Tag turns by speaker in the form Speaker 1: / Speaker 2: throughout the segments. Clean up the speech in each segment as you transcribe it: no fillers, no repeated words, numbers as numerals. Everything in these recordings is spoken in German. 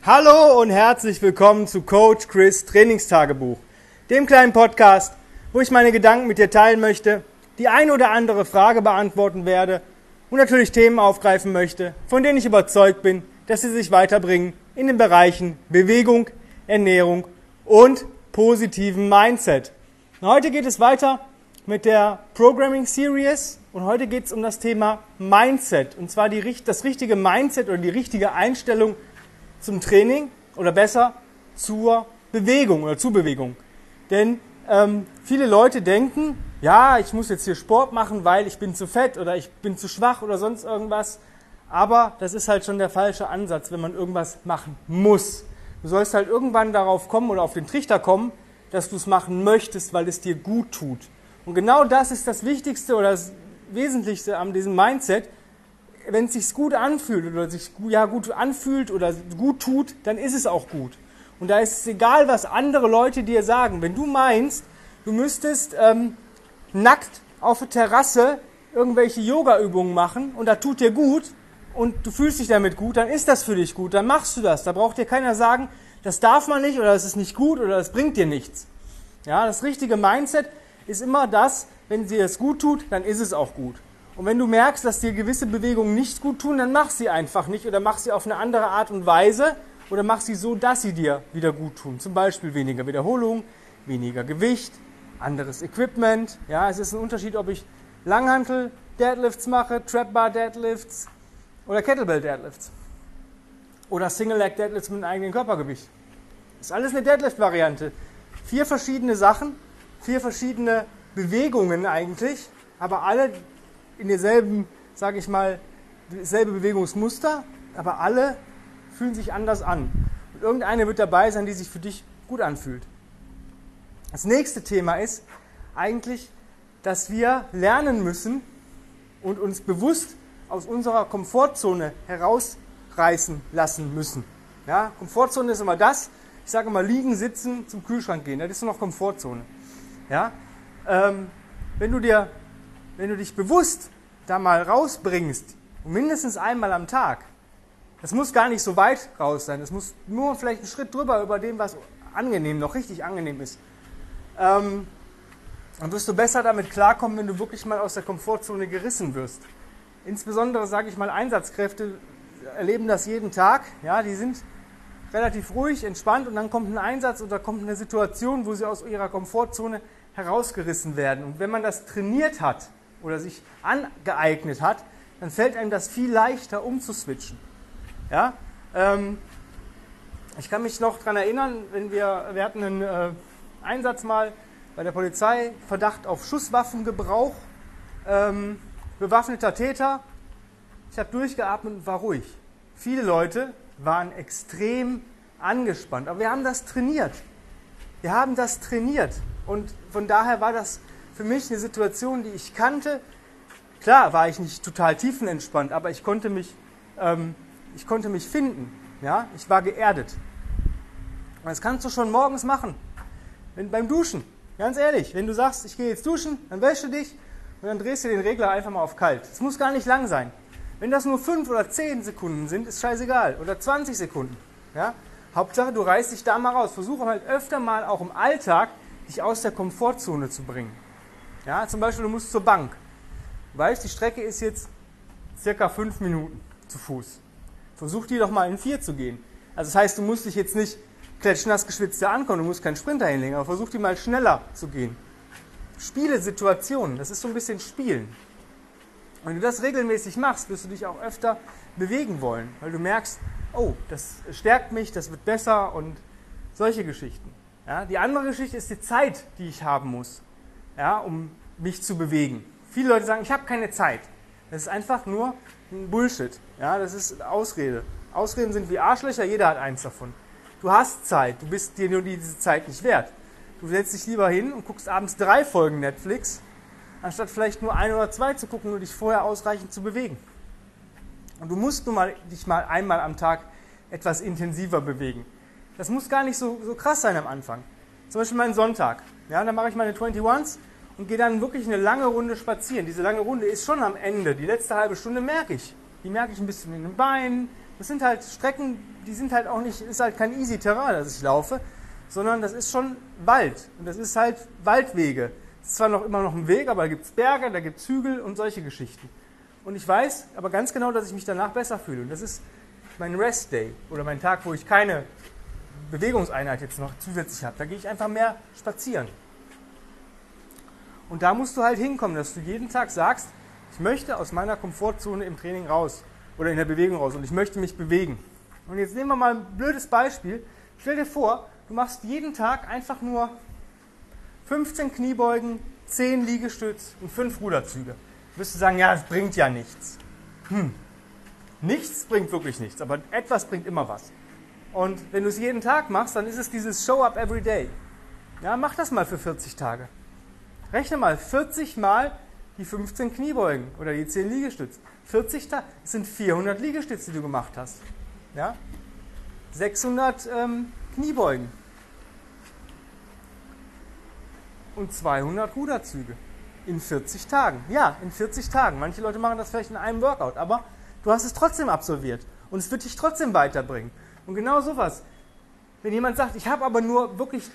Speaker 1: Hallo und herzlich willkommen zu Coach Chris Trainingstagebuch, dem kleinen Podcast, wo ich meine Gedanken mit dir teilen möchte, die ein oder andere Frage beantworten werde und natürlich Themen aufgreifen möchte, von denen ich überzeugt bin, dass sie sich weiterbringen in den Bereichen Bewegung, Ernährung und positiven Mindset. Und heute geht es weiter mit der Programming Series und heute geht es um das Thema Mindset und zwar das richtige Mindset oder die richtige Einstellung zum Training oder besser zur Bewegung oder zu Bewegung. Denn viele Leute denken, ja, ich muss jetzt hier Sport machen, weil ich bin zu fett oder ich bin zu schwach oder sonst irgendwas. Aber das ist halt schon der falsche Ansatz, wenn man irgendwas machen muss. Du sollst halt irgendwann darauf kommen oder auf den Trichter kommen, dass du es machen möchtest, weil es dir gut tut. Und genau das ist das Wichtigste oder das Wesentlichste an diesem Mindset. Wenn es sich gut anfühlt oder sich gut anfühlt oder gut tut, dann ist es auch gut. Und da ist es egal, was andere Leute dir sagen. Wenn du meinst, du müsstest nackt auf der Terrasse irgendwelche Yoga-Übungen machen und das tut dir gut und du fühlst dich damit gut, dann ist das für dich gut, dann machst du das. Da braucht dir keiner sagen, das darf man nicht oder das ist nicht gut oder das bringt dir nichts. Ja, das richtige Mindset ist immer das, wenn dir es gut tut, dann ist es auch gut. Und wenn du merkst, dass dir gewisse Bewegungen nicht gut tun, dann mach sie einfach nicht oder mach sie auf eine andere Art und Weise oder mach sie so, dass sie dir wieder gut tun. Zum Beispiel weniger Wiederholung, weniger Gewicht, anderes Equipment. Ja, es ist ein Unterschied, ob ich Langhantel-Deadlifts mache, Trap-Bar-Deadlifts oder Kettlebell-Deadlifts oder Single-Leg-Deadlifts mit einem eigenen Körpergewicht. Das ist alles eine Deadlift-Variante. 4 verschiedene Sachen, 4 verschiedene Bewegungen eigentlich, aber alle in derselben, sage ich mal, dasselbe Bewegungsmuster, aber alle fühlen sich anders an. Und irgendeine wird dabei sein, die sich für dich gut anfühlt. Das nächste Thema ist eigentlich, dass wir lernen müssen und uns bewusst aus unserer Komfortzone herausreißen lassen müssen. Ja, Komfortzone ist immer das, ich sage immer liegen, sitzen, zum Kühlschrank gehen, das ist nur noch Komfortzone. Ja? Wenn du dich bewusst da mal rausbringst, und mindestens einmal am Tag, das muss gar nicht so weit raus sein, das muss nur vielleicht einen Schritt drüber über dem, was angenehm, noch richtig angenehm ist, dann wirst du besser damit klarkommen, wenn du wirklich mal aus der Komfortzone gerissen wirst. Insbesondere, sage ich mal, Einsatzkräfte erleben das jeden Tag, ja, die sind relativ ruhig, entspannt und dann kommt ein Einsatz oder kommt eine Situation, wo sie aus ihrer Komfortzone herausgerissen werden. Und wenn man das trainiert hat oder sich angeeignet hat, dann fällt einem das viel leichter umzuswitchen. Ja? Ich kann mich noch daran erinnern, wir hatten einen Einsatz mal bei der Polizei, Verdacht auf Schusswaffengebrauch, bewaffneter Täter. Ich habe durchgeatmet und war ruhig. Viele Leute waren extrem angespannt, aber wir haben das trainiert. Und von daher war das für mich eine Situation, die ich kannte. Klar war ich nicht total tiefenentspannt, aber ich konnte mich finden. Ja? Ich war geerdet. Und das kannst du schon morgens machen, beim Duschen. Ganz ehrlich, wenn du sagst, ich gehe jetzt duschen, dann wäschst du dich und dann drehst du den Regler einfach mal auf kalt. Es muss gar nicht lang sein. Wenn das nur 5 oder 10 Sekunden sind, ist scheißegal. Oder 20 Sekunden. Ja? Hauptsache, du reißt dich da mal raus. Versuche halt öfter mal auch im Alltag, dich aus der Komfortzone zu bringen. Ja? Zum Beispiel, du musst zur Bank. Du weißt, die Strecke ist jetzt circa 5 Minuten zu Fuß. Versuch die doch mal in 4 zu gehen. Also das heißt, du musst dich jetzt nicht klatschnass geschwitzt da ankommen, du musst keinen Sprinter hinlegen, aber versuch die mal schneller zu gehen. Spiele Situationen, das ist so ein bisschen Spielen. Und wenn du das regelmäßig machst, wirst du dich auch öfter bewegen wollen, weil du merkst, oh, das stärkt mich, das wird besser und solche Geschichten. Ja, die andere Geschichte ist die Zeit, die ich haben muss, ja, um mich zu bewegen. Viele Leute sagen, ich habe keine Zeit. Das ist einfach nur ein Bullshit. Ja, das ist Ausrede. Ausreden sind wie Arschlöcher, jeder hat eins davon. Du hast Zeit, du bist dir nur diese Zeit nicht wert. Du setzt dich lieber hin und guckst abends 3 Folgen Netflix, anstatt vielleicht nur 1 oder 2 zu gucken und dich vorher ausreichend zu bewegen. Und du musst dich mal einmal am Tag etwas intensiver bewegen. Das muss gar nicht so krass sein am Anfang. Zum Beispiel meinen Sonntag. Ja, dann mache ich meine 21s und gehe dann wirklich eine lange Runde spazieren. Diese lange Runde ist schon am Ende. Die letzte halbe Stunde merke ich. Die merke ich ein bisschen in den Beinen, Das sind halt Strecken, die sind halt auch nicht, ist halt kein easy Terrain, das ich laufe, sondern das ist schon Wald. Und das ist halt Waldwege. Es ist zwar immer noch ein Weg, aber da gibt es Berge, da gibt es Hügel und solche Geschichten. Und ich weiß aber ganz genau, dass ich mich danach besser fühle. Und das ist mein Rest Day oder mein Tag, wo ich keine Bewegungseinheit jetzt noch zusätzlich habe. Da gehe ich einfach mehr spazieren. Und da musst du halt hinkommen, dass du jeden Tag sagst, ich möchte aus meiner Komfortzone im Training raus oder in der Bewegung raus und ich möchte mich bewegen. Und jetzt nehmen wir mal ein blödes Beispiel. Stell dir vor, du machst jeden Tag einfach nur 15 Kniebeugen, 10 Liegestütz und 5 Ruderzüge. Wirst du sagen, ja, das bringt ja nichts. Nichts bringt wirklich nichts, aber etwas bringt immer was. Und wenn du es jeden Tag machst, dann ist es dieses Show up every day. Ja, mach das mal für 40 Tage. Rechne mal 40 Mal die 15 Kniebeugen oder die 10 Liegestütze. 40 Tage, das sind 400 Liegestütze, die du gemacht hast. Ja? 600 Kniebeugen. Und 200 Ruderzüge. In 40 Tagen. Ja, in 40 Tagen. Manche Leute machen das vielleicht in einem Workout, aber du hast es trotzdem absolviert. Und es wird dich trotzdem weiterbringen. Und genau sowas. Wenn jemand sagt, ich habe aber nur wirklich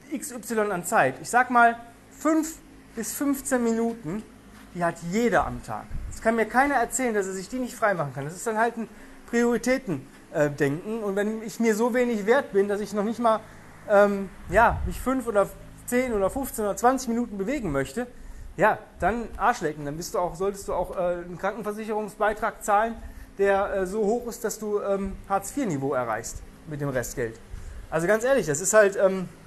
Speaker 1: XY an Zeit. Ich sag mal, 5 bis 15 Minuten, die hat jeder am Tag. Es kann mir keiner erzählen, dass er sich die nicht freimachen kann. Das ist dann halt ein Prioritäten-Denken. Und wenn ich mir so wenig wert bin, dass ich noch nicht mal mich 5 oder 10 oder 15 oder 20 Minuten bewegen möchte, ja, dann Arschlecken. Dann solltest du auch einen Krankenversicherungsbeitrag zahlen, der so hoch ist, dass du Hartz-IV-Niveau erreichst mit dem Restgeld. Also ganz ehrlich, das ist halt,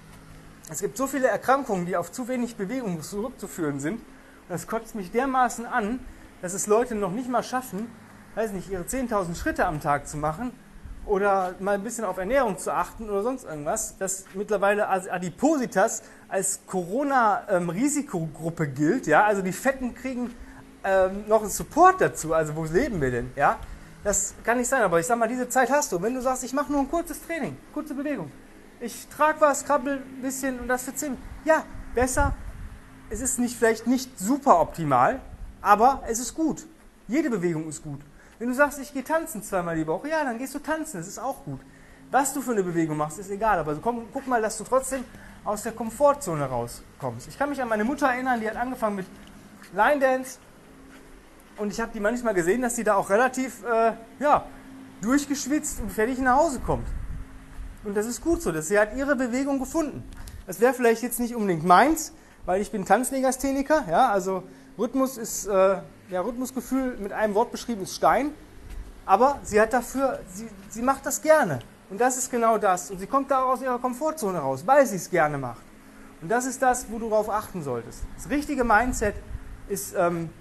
Speaker 1: es gibt so viele Erkrankungen, die auf zu wenig Bewegung zurückzuführen sind. Und das kotzt mich dermaßen an, dass es Leute noch nicht mal schaffen, weiß nicht, ihre 10.000 Schritte am Tag zu machen oder mal ein bisschen auf Ernährung zu achten oder sonst irgendwas, dass mittlerweile Adipositas als Corona-Risikogruppe gilt. Ja? Also die Fetten kriegen noch einen Support dazu. Also wo leben wir denn? Ja? Das kann nicht sein, aber ich sag mal, diese Zeit hast du. Wenn du sagst, ich mache nur ein kurzes Training, kurze Bewegung, ich trage was, krabbel ein bisschen und das für 10 Minuten. Ja, besser. Es ist vielleicht nicht super optimal, aber es ist gut. Jede Bewegung ist gut. Wenn du sagst, ich gehe tanzen 2-mal die Woche, ja, dann gehst du tanzen, das ist auch gut. Was du für eine Bewegung machst, ist egal, aber guck mal, dass du trotzdem aus der Komfortzone rauskommst. Ich kann mich an meine Mutter erinnern, die hat angefangen mit Line Dance und ich habe die manchmal gesehen, dass sie da auch relativ durchgeschwitzt und fertig nach Hause kommt. Und das ist gut so, dass sie hat ihre Bewegung gefunden. Das wäre vielleicht jetzt nicht unbedingt meins, weil ich bin Tanzlegastheniker, ja, also Rhythmus ist, Rhythmusgefühl mit einem Wort beschrieben ist Stein, aber sie hat sie macht das gerne und das ist genau das und sie kommt da aus ihrer Komfortzone raus, weil sie es gerne macht und das ist das, wo du darauf achten solltest. Das richtige Mindset ist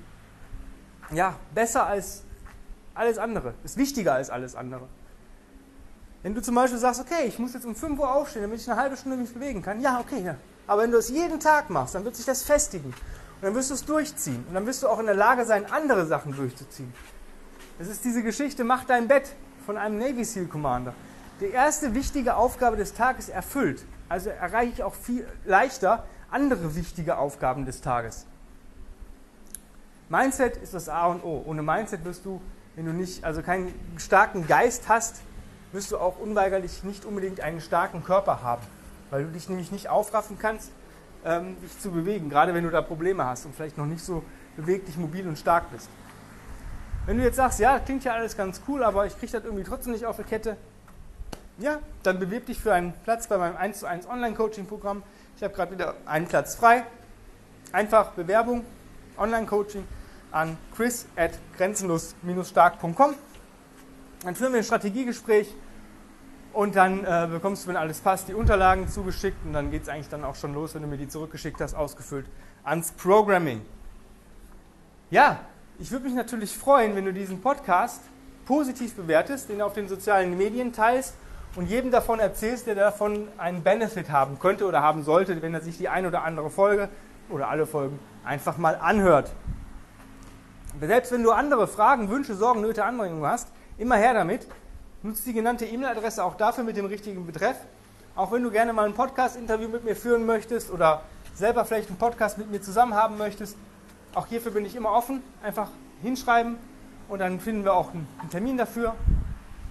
Speaker 1: besser als alles andere, ist wichtiger als alles andere. Wenn du zum Beispiel sagst, okay, ich muss jetzt um 5 Uhr aufstehen, damit ich eine halbe Stunde mich bewegen kann, ja, okay, ja. Aber wenn du es jeden Tag machst, dann wird sich das festigen. Und dann wirst du es durchziehen. Und dann wirst du auch in der Lage sein, andere Sachen durchzuziehen. Es ist diese Geschichte, mach dein Bett von einem Navy SEAL Commander. Die erste wichtige Aufgabe des Tages erfüllt. Also erreiche ich auch viel leichter andere wichtige Aufgaben des Tages. Mindset ist das A und O. Ohne Mindset wirst du, wenn du keinen starken Geist hast, wirst du auch unweigerlich nicht unbedingt einen starken Körper haben. Weil du dich nämlich nicht aufraffen kannst, dich zu bewegen, gerade wenn du da Probleme hast und vielleicht noch nicht so beweglich, mobil und stark bist. Wenn du jetzt sagst, ja, klingt ja alles ganz cool, aber ich kriege das irgendwie trotzdem nicht auf die Kette, ja, dann bewirb dich für einen Platz bei meinem 1:1 Online-Coaching-Programm. Ich habe gerade wieder einen Platz frei. Einfach Bewerbung, Online-Coaching an chris@grenzenlos-stark.com. Dann führen wir ein Strategiegespräch und dann bekommst du, wenn alles passt, die Unterlagen zugeschickt und dann geht es eigentlich dann auch schon los, wenn du mir die zurückgeschickt hast, ausgefüllt, ans Programming. Ja, ich würde mich natürlich freuen, wenn du diesen Podcast positiv bewertest, den auf den sozialen Medien teilst und jedem davon erzählst, der davon einen Benefit haben könnte oder haben sollte, wenn er sich die ein oder andere Folge oder alle Folgen einfach mal anhört. Selbst wenn du andere Fragen, Wünsche, Sorgen, Nöte, Anregungen hast, immer her damit. Nutze die genannte E-Mail-Adresse auch dafür mit dem richtigen Betreff. Auch wenn du gerne mal ein Podcast-Interview mit mir führen möchtest oder selber vielleicht einen Podcast mit mir zusammen haben möchtest, auch hierfür bin ich immer offen. Einfach hinschreiben und dann finden wir auch einen Termin dafür.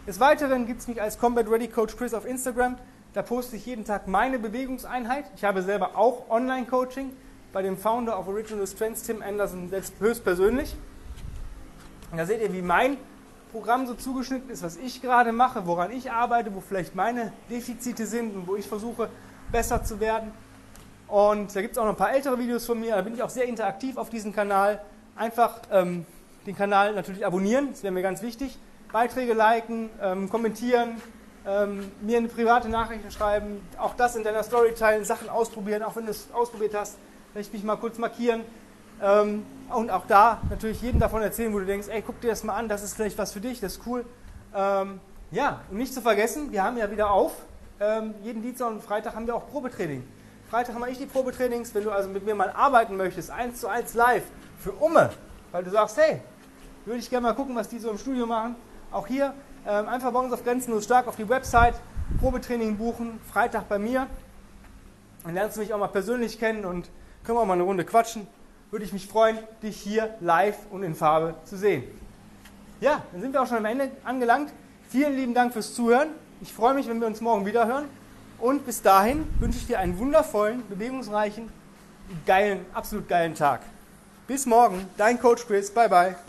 Speaker 1: Des Weiteren gibt es mich als Combat Ready Coach Chris auf Instagram. Da poste ich jeden Tag meine Bewegungseinheit. Ich habe selber auch Online-Coaching bei dem Founder of Original Strengths, Tim Anderson, selbst höchstpersönlich. Und da seht ihr, wie mein Programm so zugeschnitten ist, was ich gerade mache, woran ich arbeite, wo vielleicht meine Defizite sind und wo ich versuche, besser zu werden. Und da gibt es auch noch ein paar ältere Videos von mir, da bin ich auch sehr interaktiv auf diesem Kanal. Einfach den Kanal natürlich abonnieren, das wäre mir ganz wichtig. Beiträge liken, kommentieren, mir eine private Nachricht schreiben, auch das in deiner Story teilen, Sachen ausprobieren, auch wenn du es ausprobiert hast, vielleicht mich mal kurz markieren. Und auch da natürlich jedem davon erzählen, wo du denkst, ey, guck dir das mal an, das ist vielleicht was für dich, das ist cool. Ja, und nicht zu vergessen, wir haben ja wieder auf, jeden Dienstag und Freitag haben wir auch Probetraining. Freitag haben wir die Probetrainings, wenn du also mit mir mal arbeiten möchtest, 1:1 live, für Umme, weil du sagst, hey, würde ich gerne mal gucken, was die so im Studio machen. Auch hier einfach bei uns auf Grenzenlos Stark auf die Website, Probetraining buchen, Freitag bei mir. Dann lernst du mich auch mal persönlich kennen und können wir auch mal eine Runde quatschen. Würde ich mich freuen, dich hier live und in Farbe zu sehen. Ja, dann sind wir auch schon am Ende angelangt. Vielen lieben Dank fürs Zuhören. Ich freue mich, wenn wir uns morgen wieder hören. Und bis dahin wünsche ich dir einen wundervollen, bewegungsreichen, geilen, absolut geilen Tag. Bis morgen, dein Coach Chris. Bye, bye.